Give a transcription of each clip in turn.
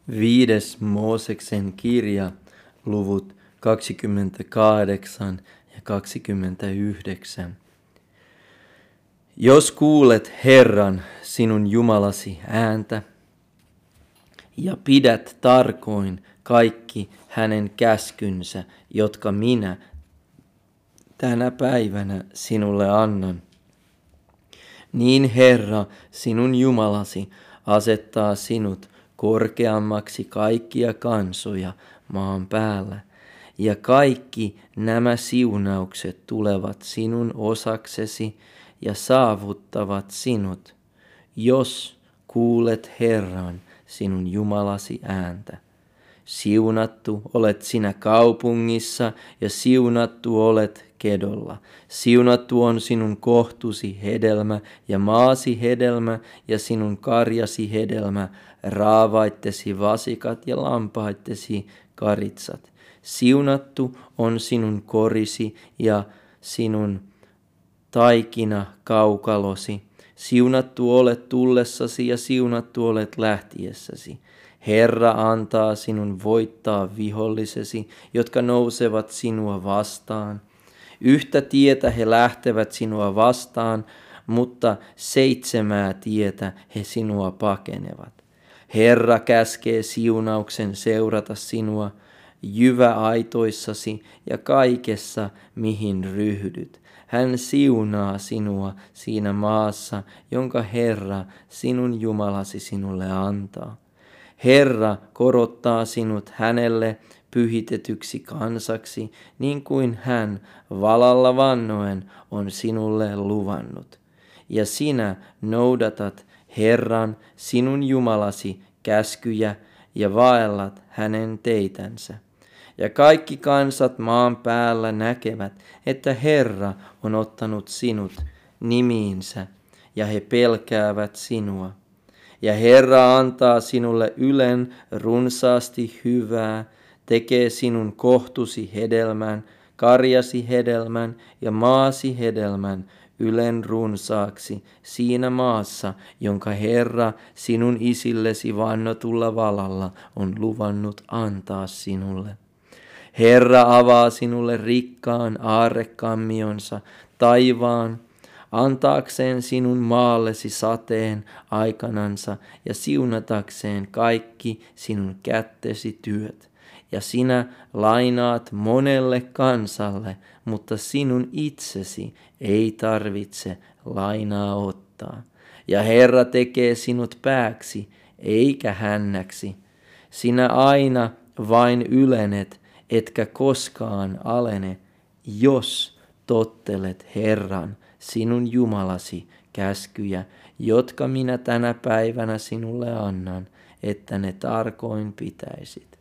5. Mooseksen kirja, luvut 28 ja 29. Jos kuulet Herran, sinun Jumalasi ääntä, ja pidät tarkoin kaikki hänen käskynsä, jotka minä tänä päivänä sinulle annan, niin Herra, sinun Jumalasi, asettaa sinut korkeammaksi kaikkia kansoja maan päällä, ja kaikki nämä siunaukset tulevat sinun osaksesi ja saavuttavat sinut, jos kuulet Herran, sinun Jumalasi ääntä. Siunattu olet sinä kaupungissa ja siunattu olet kedolla. Siunattu on sinun kohtusi hedelmä ja maasi hedelmä ja sinun karjasi hedelmä, raavaittesi vasikat ja lampaittesi karitsat. Siunattu on sinun korisi ja sinun taikina kaukalosi. Siunattu olet tullessasi ja siunattu olet lähtiessäsi. Herra antaa sinun voittaa vihollisesi, jotka nousevat sinua vastaan. Yhtä tietä he lähtevät sinua vastaan, mutta 7 tietä he sinua pakenevat. Herra käskee siunauksen seurata sinua jyväaitoissasi ja kaikessa, mihin ryhdyt. Hän siunaa sinua siinä maassa, jonka Herra, sinun Jumalasi, sinulle antaa. Herra korottaa sinut hänelle pyhitetyksi kansaksi, niin kuin hän valalla vannoen on sinulle luvannut. Ja sinä noudatat Herran, sinun Jumalasi, käskyjä ja vaellat hänen teitänsä. Ja kaikki kansat maan päällä näkevät, että Herra on ottanut sinut nimiinsä, ja he pelkäävät sinua. Ja Herra antaa sinulle ylen runsaasti hyvää, tekee sinun kohtusi hedelmän, karjasi hedelmän ja maasi hedelmän ylen runsaaksi siinä maassa, jonka Herra sinun isillesi vannotulla valalla on luvannut antaa sinulle. Herra avaa sinulle rikkaan aarrekammionsa taivaan, antaakseen sinun maallesi sateen aikanansa ja siunatakseen kaikki sinun kättesi työt. Ja sinä lainaat monelle kansalle, mutta sinun itsesi ei tarvitse lainaa ottaa. Ja Herra tekee sinut pääksi, eikä hännäksi. Sinä aina vain ylenet, etkä koskaan alene, jos tottelet Herran, sinun Jumalasi, käskyjä, jotka minä tänä päivänä sinulle annan, että ne tarkoin pitäisit.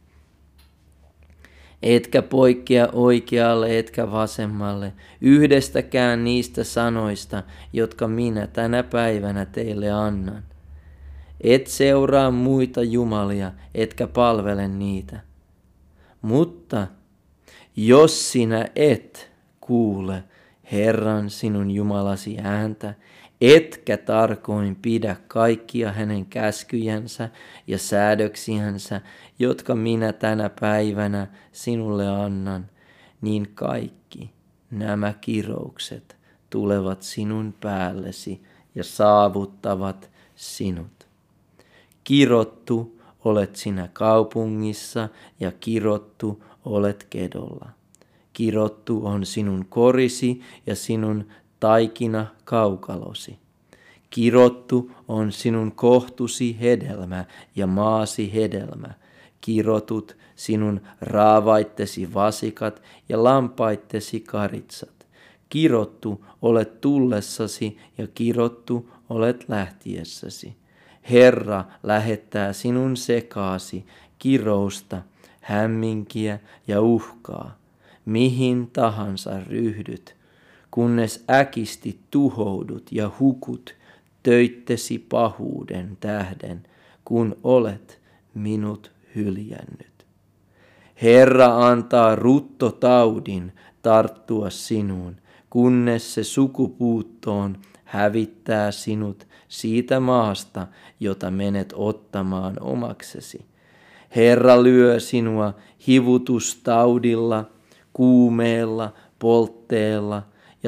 Etkä poikkea oikealle etkä vasemmalle yhdestäkään niistä sanoista, jotka minä tänä päivänä teille annan. Et seuraa muita jumalia, etkä palvele niitä. Mutta jos sinä et kuule Herran sinun Jumalasi ääntä, etkä tarkoin pidä kaikkia hänen käskyjänsä ja säädöksiänsä, jotka minä tänä päivänä sinulle annan, niin kaikki nämä kiroukset tulevat sinun päällesi ja saavuttavat sinut. Kirottu olet sinä kaupungissa ja kirottu olet kedolla. Kirottu on sinun korisi ja sinun taikina kaukalosi. Kirottu on sinun kohtusi hedelmä ja maasi hedelmä. Kirotut sinun raavaittesi vasikat ja lampaittesi karitsat. Kirottu olet tullessasi ja kirottu olet lähtiessäsi. Herra lähettää sinun sekaasi kirousta, hämminkiä ja uhkaa, mihin tahansa ryhdyt, kunnes äkisti tuhoudut ja hukut töittesi pahuuden tähden, kun olet minut hyljännyt. Herra antaa ruttotaudin tarttua sinuun, kunnes se sukupuuttoon hävittää sinut siitä maasta, jota menet ottamaan omaksesi. Herra lyö sinua hivutustaudilla, kuumeella, poltteella ja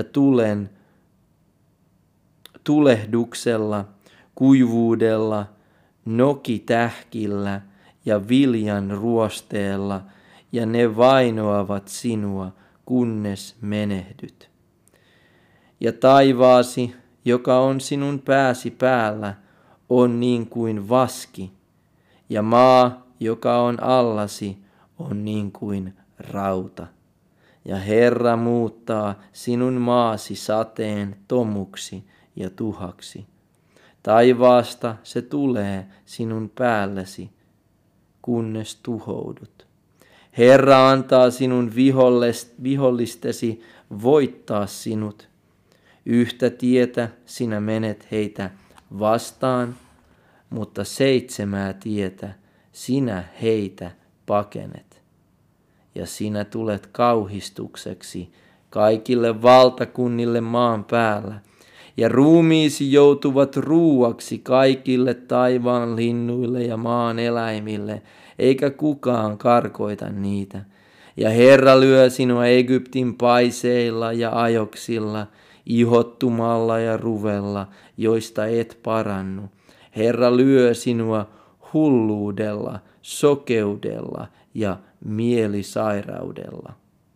tulehduksella, kuivuudella, nokitähkillä ja viljan ruosteella, ja ne vainoavat sinua, kunnes menehdyt. Ja taivaasi, joka on sinun pääsi päällä, on niin kuin vaski, ja maa, joka on allasi, on niin kuin rauta. Ja Herra muuttaa sinun maasi sateen tomuksi ja tuhaksi. Taivaasta se tulee sinun päällesi, kunnes tuhoudut. Herra antaa sinun vihollistesi voittaa sinut. Yhtä tietä sinä menet heitä vastaan, mutta 7 tietä sinä heitä pakenet. Ja sinä tulet kauhistukseksi kaikille valtakunnille maan päällä, ja ruumiisi joutuvat ruuaksi kaikille taivaan linnuille ja maan eläimille, eikä kukaan karkoita niitä. Ja Herra lyö sinua Egyptin paiseilla ja ajoksilla, ihottumalla ja ruvella, joista et parannu. Herra lyö sinua hulluudella, sokeudella ja mielisairaudella.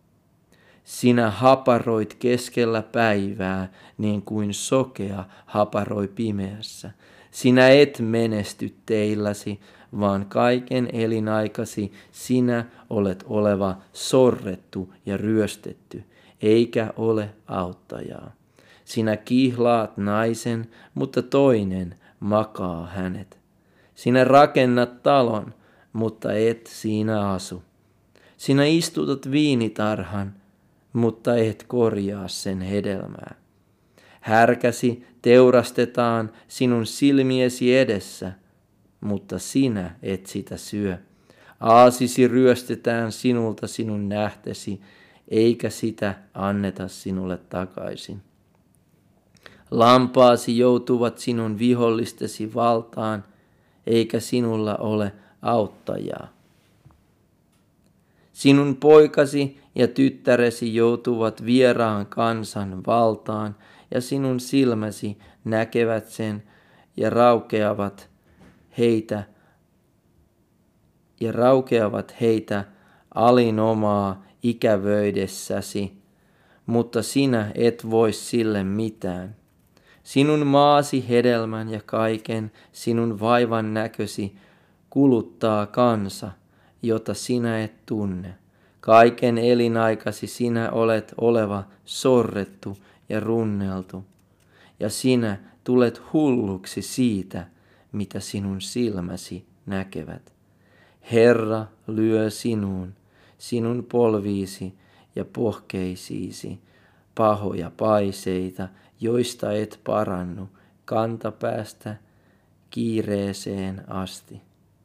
Sinä haparoit keskellä päivää, niin kuin sokea haparoi pimeässä. Sinä et menesty teilläsi, vaan kaiken elinaikasi sinä olet oleva sorrettu ja ryöstetty, eikä ole auttajaa. Sinä kihlaat naisen, mutta toinen makaa hänet. Sinä rakennat talon, mutta et siinä asu. Sinä istutat viinitarhan, mutta et korjaa sen hedelmää. Härkäsi teurastetaan sinun silmiesi edessä, mutta sinä et sitä syö. Aasisi ryöstetään sinulta sinun nähtesi, eikä sitä anneta sinulle takaisin. Lampaasi joutuvat sinun vihollistesi valtaan, eikä sinulla ole auttajaa. Sinun poikasi ja tyttäresi joutuvat vieraan kansan valtaan, ja sinun silmäsi näkevät sen ja raukeavat heitä alinomaa ikävöidessäsi, mutta sinä et voi sille mitään. Sinun maasi hedelmän ja kaiken sinun vaivan näkösi kuluttaa kansa, jota sinä et tunne. Kaiken elinaikasi sinä olet oleva sorrettu ja runneltu, ja sinä tulet hulluksi siitä, mitä sinun silmäsi näkevät. Herra lyö sinun polviisi ja pohkeisiisi, pahoja paiseita, joista et parannu kantapäästä kiireeseen asti.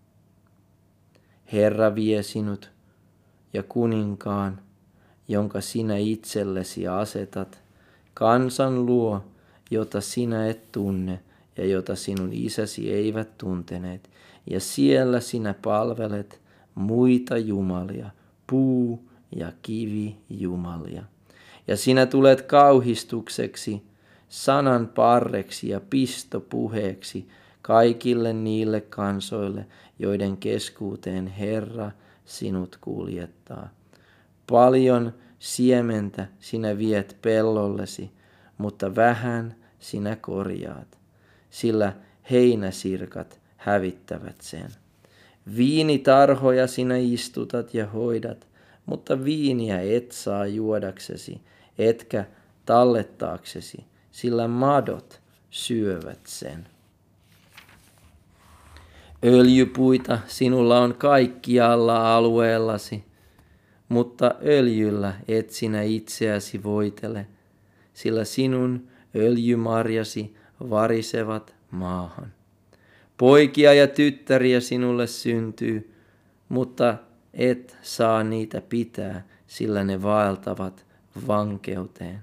Herra vie sinut ja kuninkaan, jonka sinä itsellesi asetat, kansan luo, jota sinä et tunne ja jota sinun isäsi eivät tunteneet, ja siellä sinä palvelet muita jumalia, puu- ja kivijumalia. Ja sinä tulet kauhistukseksi, sanan parreksi ja pistopuheeksi kaikille niille kansoille, joiden keskuuteen Herra sinut kuljettaa. Paljon siementä sinä viet pellollesi, mutta vähän sinä korjaat, sillä heinäsirkat hävittävät sen. Viinitarhoja sinä istutat ja hoidat, mutta viiniä et saa juodaksesi, etkä tallettaaksesi, sillä madot syövät sen. Öljypuita sinulla on kaikkialla alueellasi, mutta öljyllä et sinä itseäsi voitele, sillä sinun öljymarjasi varisevat maahan. Poikia ja tyttäriä sinulle syntyy, mutta et saa niitä pitää, sillä ne vaeltavat vankeuteen.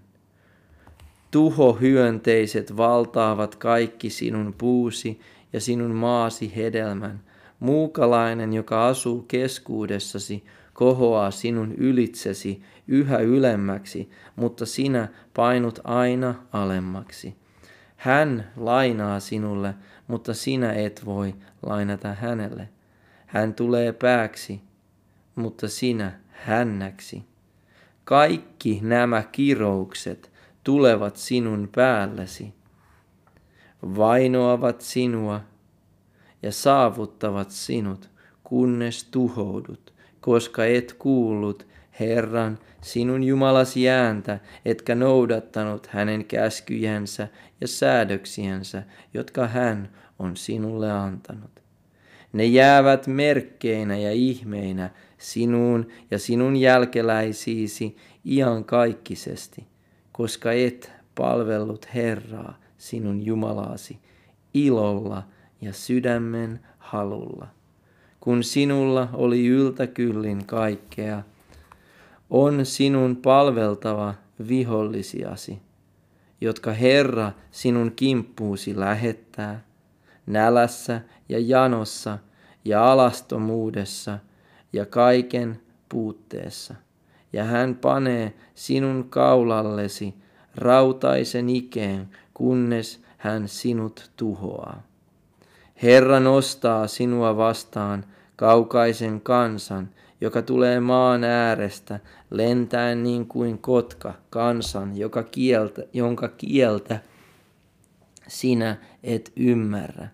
Tuhohyönteiset valtaavat kaikki sinun puusi ja sinun maasi hedelmän, Muukalainen, joka asuu keskuudessasi, kohoaa sinun ylitsesi yhä ylemmäksi, mutta sinä painut aina alemmaksi. Hän lainaa sinulle, mutta sinä et voi lainata hänelle. Hän tulee pääksi, mutta sinä hännäksi. Kaikki nämä kiroukset tulevat sinun päällesi, vainoavat sinua ja saavuttavat sinut, kunnes tuhoudut, koska et kuullut Herran sinun Jumalasi ääntä, etkä noudattanut hänen käskyjensä ja säädöksiensä, jotka hän on sinulle antanut. Ne jäävät merkkeinä ja ihmeinä sinuun ja sinun jälkeläisiisi iankaikkisesti, koska et palvellut Herraa sinun Jumalasi ilolla ja sydämen halulla. Kun sinulla oli yltäkyllin kaikkea, on sinun palveltava vihollisiasi, jotka Herra sinun kimppuusi lähettää, nälässä ja janossa ja alastomuudessa ja kaiken puutteessa. Ja hän panee sinun kaulallesi rautaisen ikeen, kunnes hän sinut tuhoaa. Herra nostaa sinua vastaan kaukaisen kansan, joka tulee maan äärestä lentäen niin kuin kotka, kansan, jonka kieltä sinä et ymmärrä.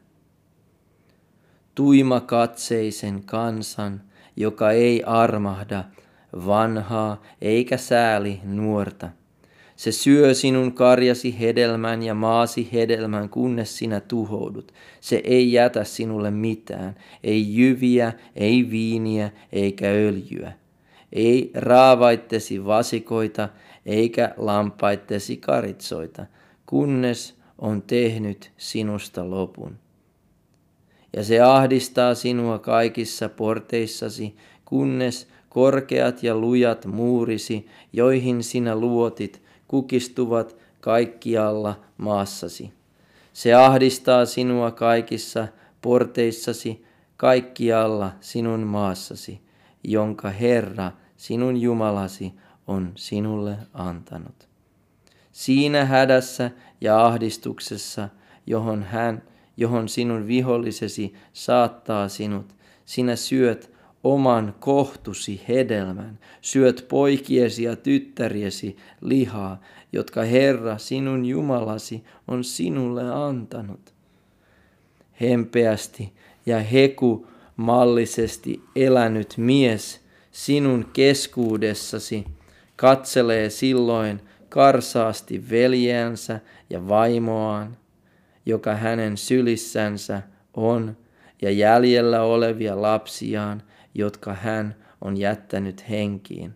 Tuimakatseisen kansan, joka ei armahda vanhaa eikä sääli nuorta. Se syö sinun karjasi hedelmän ja maasi hedelmän, kunnes sinä tuhoudut. Se ei jätä sinulle mitään, ei jyviä, ei viiniä eikä öljyä. Ei raavaittesi vasikoita eikä lampaittesi karitsoita, kunnes on tehnyt sinusta lopun. Ja se ahdistaa sinua kaikissa porteissasi, kunnes korkeat ja lujat muurisi, joihin sinä luotit, kukistuvat kaikkialla maassasi. Se ahdistaa sinua kaikissa porteissasi, kaikkialla sinun maassasi, jonka Herra sinun Jumalasi on sinulle antanut. Siinä hädässä ja ahdistuksessa, johon sinun vihollisesi saattaa sinut, sinä syöt oman kohtusi hedelmän, syöt poikiesi ja tyttäriesi lihaa, jotka Herra sinun Jumalasi on sinulle antanut. Hempeästi ja hekumallisesti elänyt mies sinun keskuudessasi katselee silloin karsaasti veljeänsä ja vaimoaan, joka hänen sylissänsä on, ja jäljellä olevia lapsiaan, jotka hän on jättänyt henkiin.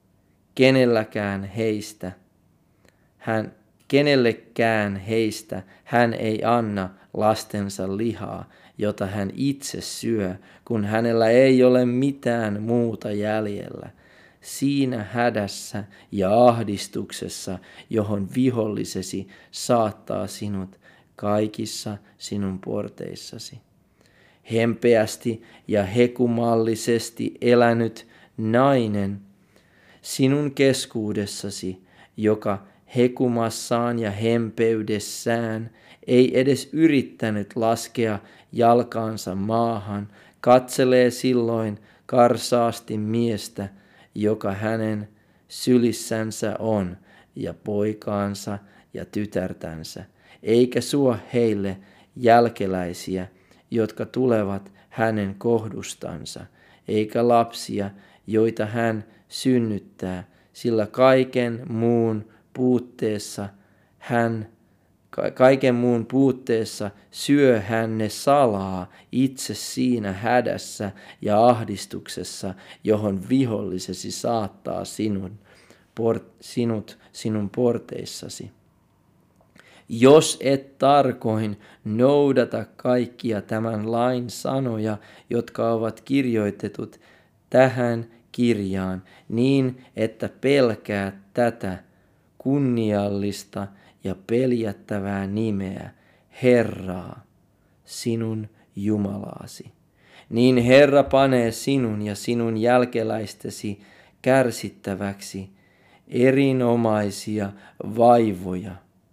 Kenellekään heistä hän ei anna lastensa lihaa, jota hän itse syö, kun hänellä ei ole mitään muuta jäljellä. Siinä hädässä ja ahdistuksessa, johon vihollisesi saattaa sinut kaikissa sinun porteissasi. Hempeästi ja hekumallisesti elänyt nainen sinun keskuudessasi, joka hekumassaan ja hempeydessään ei edes yrittänyt laskea jalkaansa maahan, katselee silloin karsaasti miestä, joka hänen sylissänsä on, ja poikaansa ja tytärtänsä, eikä suo heille jälkeläisiä, jotka tulevat hänen kohdustansa, eikä lapsia, joita hän synnyttää, sillä kaiken muun puutteessa syö hän ne salaa itse siinä hädässä ja ahdistuksessa, johon vihollisesi saattaa sinut sinun porteissasi. Jos et tarkoin noudata kaikkia tämän lain sanoja, jotka ovat kirjoitetut tähän kirjaan, niin että pelkäät tätä kunniallista ja peljättävää nimeä, Herraa, sinun Jumalaasi, niin Herra panee sinun ja sinun jälkeläistesi kärsittäväksi erinomaisia vaivoja,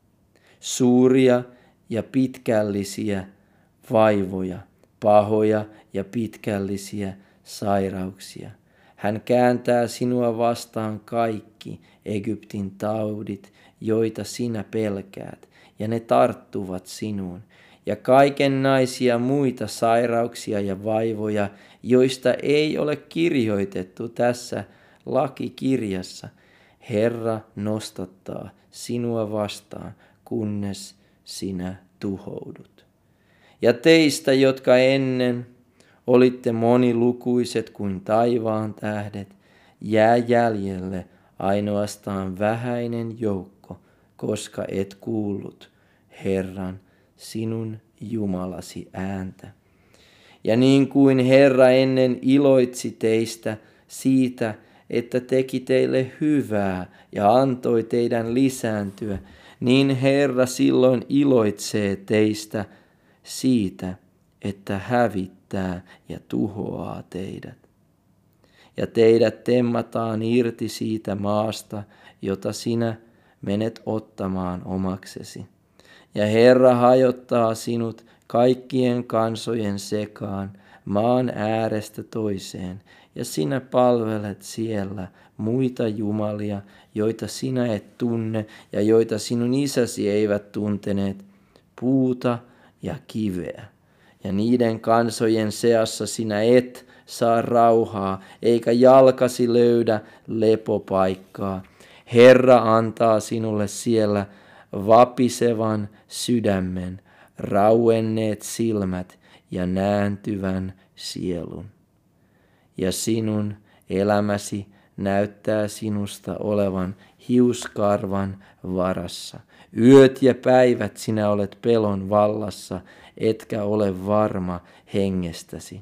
suuria ja pitkällisiä vaivoja, pahoja ja pitkällisiä sairauksia. Hän kääntää sinua vastaan kaikki Egyptin taudit, joita sinä pelkäät, ja ne tarttuvat sinuun. Ja kaikenlaisia muita sairauksia ja vaivoja, joista ei ole kirjoitettu tässä lakikirjassa, Herra nostattaa sinua vastaan, kunnes sinä tuhoudut. Ja teistä, jotka ennen olitte monilukuiset kuin taivaan tähdet, jää jäljelle ainoastaan vähäinen joukko, koska et kuullut Herran sinun Jumalasi ääntä. Ja niin kuin Herra ennen iloitsi teistä siitä, että teki teille hyvää ja antoi teidän lisääntyä, niin Herra silloin iloitsee teistä siitä, että hävittää ja tuhoaa teidät. Ja teidät temmataan irti siitä maasta, jota sinä menet ottamaan omaksesi. Ja Herra hajottaa sinut kaikkien kansojen sekaan maan äärestä toiseen, ja sinä palvelet siellä muita jumalia, joita sinä et tunne ja joita sinun isäsi eivät tunteneet, puuta ja kiveä. Ja niiden kansojen seassa sinä et saa rauhaa, eikä jalkasi löydä lepopaikkaa. Herra antaa sinulle siellä vapisevan sydämen, rauenneet silmät ja nääntyvän sielun. Ja sinun elämäsi näyttää sinusta olevan hiuskarvan varassa. Yöt ja päivät sinä olet pelon vallassa, etkä ole varma hengestäsi.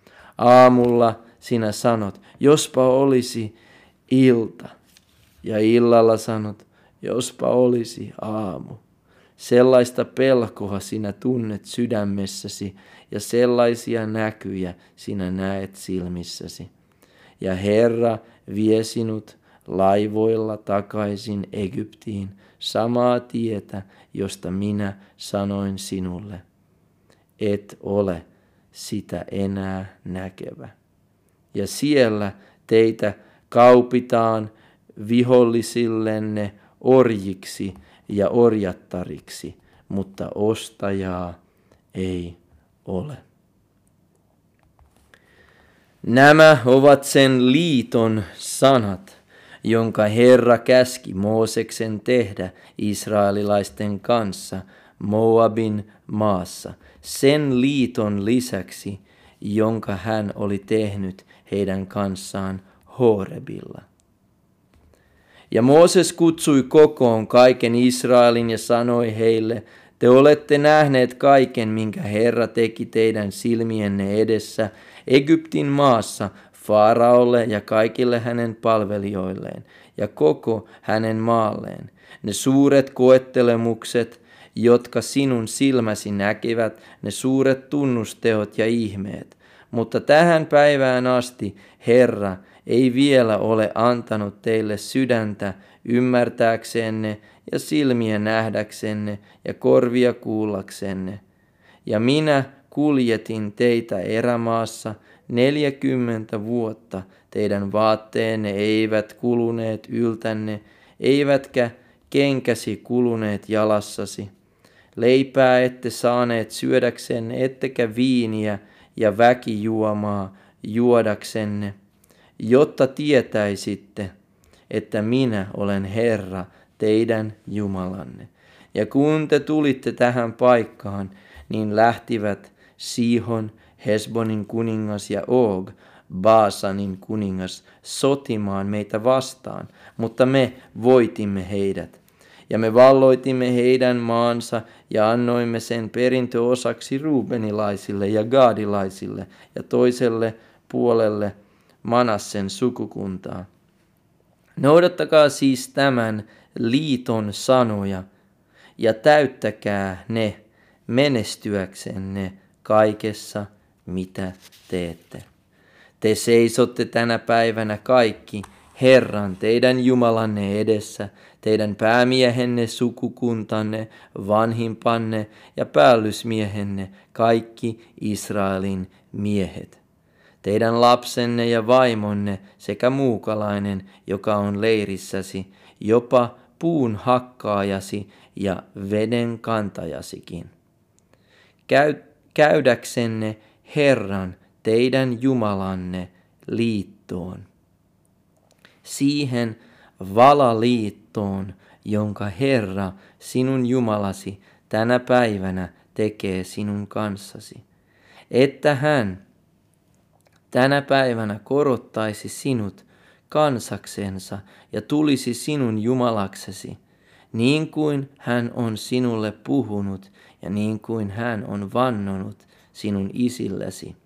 Aamulla sinä sanot, jospa olisi ilta, ja illalla sanot, jospa olisi aamu. Sellaista pelkoa sinä tunnet sydämessäsi, ja sellaisia näkyjä sinä näet silmissäsi. Ja Herra vie sinut laivoilla takaisin Egyptiin, samaa tietä, josta minä sanoin sinulle. Et ole sitä enää näkevä. Ja siellä teitä kaupitaan vihollisillenne orjiksi ja orjattariksi, mutta ostajaa ei ole. Nämä ovat sen liiton sanat, jonka Herra käski Mooseksen tehdä israelilaisten kanssa Moabin maassa, sen liiton lisäksi, jonka hän oli tehnyt heidän kanssaan Horebilla. Ja Mooses kutsui kokoon kaiken Israelin ja sanoi heille, te olette nähneet kaiken, minkä Herra teki teidän silmienne edessä Egyptin maassa Faaraolle ja kaikille hänen palvelijoilleen ja koko hänen maalleen. Ne suuret koettelemukset, jotka sinun silmäsi näkivät, ne suuret tunnusteot ja ihmeet. Mutta tähän päivään asti Herra ei vielä ole antanut teille sydäntä ymmärtääksenne ja silmiä nähdäksenne ja korvia kuullaksenne. Ja minä kuljetin teitä erämaassa 40 vuotta, teidän vaatteenne eivät kuluneet yltänne, eivätkä kenkäsi kuluneet jalassasi. Leipää ette saaneet syödäksenne, ettekä viiniä ja väkijuomaa juodaksenne, jotta tietäisitte, että minä olen Herra, teidän Jumalanne. Ja kun te tulitte tähän paikkaan, niin lähtivät Sihon, Hesbonin kuningas ja Og, Baasanin kuningas, sotimaan meitä vastaan, mutta me voitimme heidät. Ja me valloitimme heidän maansa ja annoimme sen perintöosaksi ruubenilaisille ja gaadilaisille ja toiselle puolelle Manassen sukukuntaa. Noudattakaa siis tämän liiton sanoja ja täyttäkää ne menestyäksenne kaikessa mitä teette. Te seisotte tänä päivänä kaikki Herran, teidän Jumalanne edessä, teidän päämiehenne, sukukuntanne, vanhimpanne ja päällysmiehenne, kaikki Israelin miehet. Teidän lapsenne ja vaimonne sekä muukalainen, joka on leirissäsi, jopa puun hakkaajasi ja veden kantajasikin. Käydäksenne Herran, teidän Jumalanne, liittoon. Siihen valaliittoon, jonka Herra, sinun Jumalasi, tänä päivänä tekee sinun kanssasi. Että hän tänä päivänä korottaisi sinut kansaksensa ja tulisi sinun Jumalaksesi, niin kuin hän on sinulle puhunut ja niin kuin hän on vannonut sinun isillesi,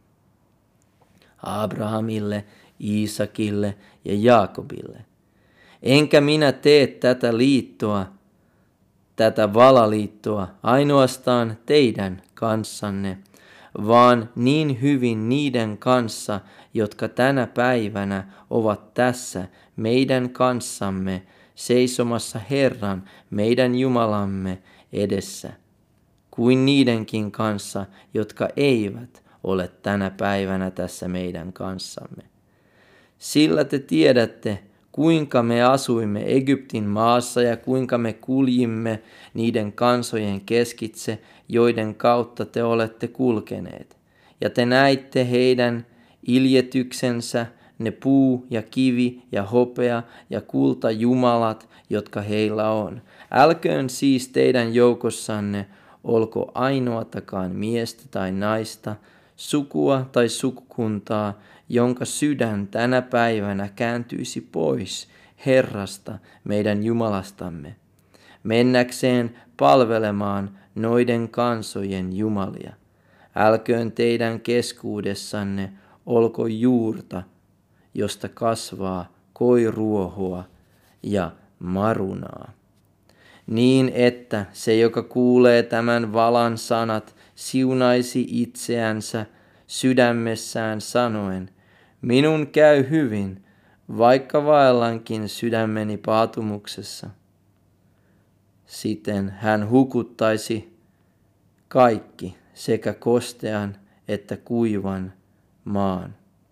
Abrahamille, Iisakille ja Jaakobille. Enkä minä tee tätä liittoa, tätä valaliittoa ainoastaan teidän kanssanne, vaan niin hyvin niiden kanssa, jotka tänä päivänä ovat tässä meidän kanssamme seisomassa Herran, meidän Jumalamme edessä, kuin niidenkin kanssa, jotka eivät ole tänä päivänä tässä meidän kanssamme. Sillä te tiedätte, kuinka me asuimme Egyptin maassa ja kuinka me kuljimme niiden kansojen keskitse, joiden kautta te olette kulkeneet. Ja te näitte heidän iljetyksensä, ne puu ja kivi ja hopea ja kulta jumalat, jotka heillä on. Älköön siis teidän joukossanne olko ainoatakaan miestä tai naista, sukua tai sukukuntaa, jonka sydän tänä päivänä kääntyisi pois Herrasta, meidän Jumalastamme, mennäkseen palvelemaan noiden kansojen jumalia. Älköön teidän keskuudessanne olko juurta, josta kasvaa koiruohoa ja marunaa. Niin että se, joka kuulee tämän valan sanat, siunaisi itseänsä sydämessään sanoen, minun käy hyvin, vaikka vaellankin sydämeni paatumuksessa. Siten hän hukuttaisi kaikki sekä kostean että kuivan maan.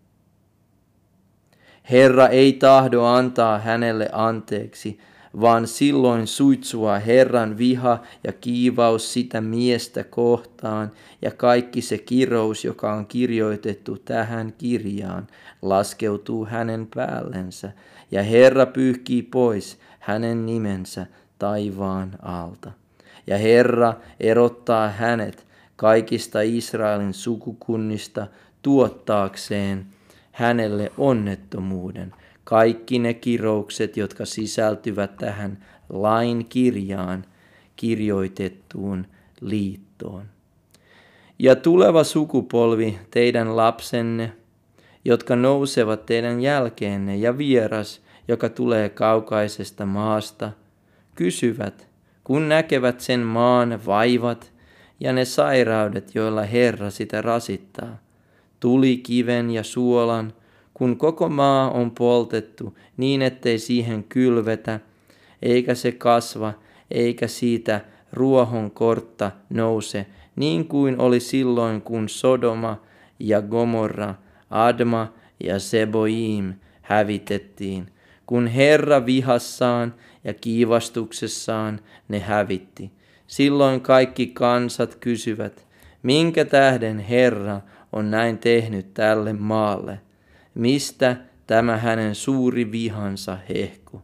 Herra ei tahdo antaa hänelle anteeksi, vaan silloin suitsua Herran viha ja kiivaus sitä miestä kohtaan, ja kaikki se kirous, joka on kirjoitettu tähän kirjaan, laskeutuu hänen päällensä, ja Herra pyyhkii pois hänen nimensä taivaan alta. Ja Herra erottaa hänet kaikista Israelin sukukunnista tuottaakseen hänelle onnettomuuden, kaikki ne kiroukset, jotka sisältyvät tähän lain kirjaan kirjoitettuun liittoon. Ja tuleva sukupolvi, teidän lapsenne, jotka nousevat teidän jälkeenne, ja vieras, joka tulee kaukaisesta maasta, kysyvät, kun näkevät sen maan vaivat ja ne sairaudet, joilla Herra sitä rasittaa, tuli, kiven ja suolan, kun koko maa on poltettu niin, ettei siihen kylvetä, eikä se kasva, eikä siitä ruohon kortta nouse, niin kuin oli silloin, kun Sodoma ja Gomorra, Adma ja Seboim hävitettiin, kun Herra vihassaan ja kiivastuksessaan ne hävitti. Silloin kaikki kansat kysyvät, minkä tähden Herra on näin tehnyt tälle maalle? Mistä tämä hänen suuri vihansa hehku?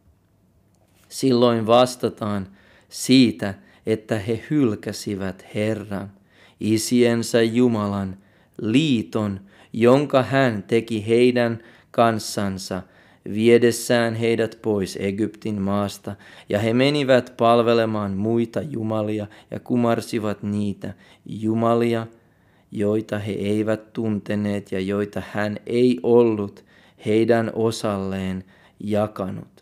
Silloin vastataan siitä, että he hylkäsivät Herran, isiensä Jumalan, liiton, jonka hän teki heidän kanssansa, viedessään heidät pois Egyptin maasta, ja he menivät palvelemaan muita jumalia ja kumarsivat niitä jumalia, joita he eivät tunteneet ja joita hän ei ollut heidän osalleen jakanut.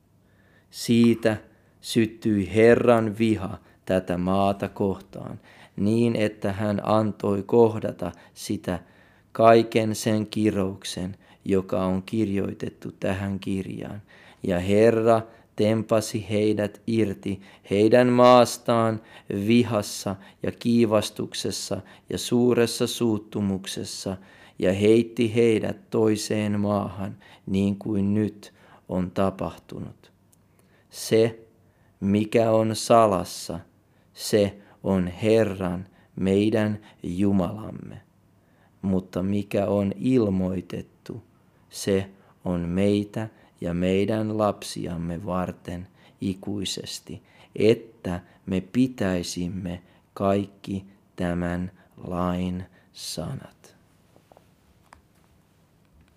Siitä syttyi Herran viha tätä maata kohtaan. niin että hän antoi kohdata sitä kaiken sen kirouksen, joka on kirjoitettu tähän kirjaan. Ja Herra tempasi heidät irti heidän maastaan vihassa ja kiivastuksessa ja suuressa suuttumuksessa ja heitti heidät toiseen maahan, niin kuin nyt on tapahtunut. Se, mikä on salassa, se on Herran, meidän Jumalamme. Mutta mikä on ilmoitettu, se on meitä ja meidän lapsiamme varten ikuisesti, että me pitäisimme kaikki tämän lain sanat.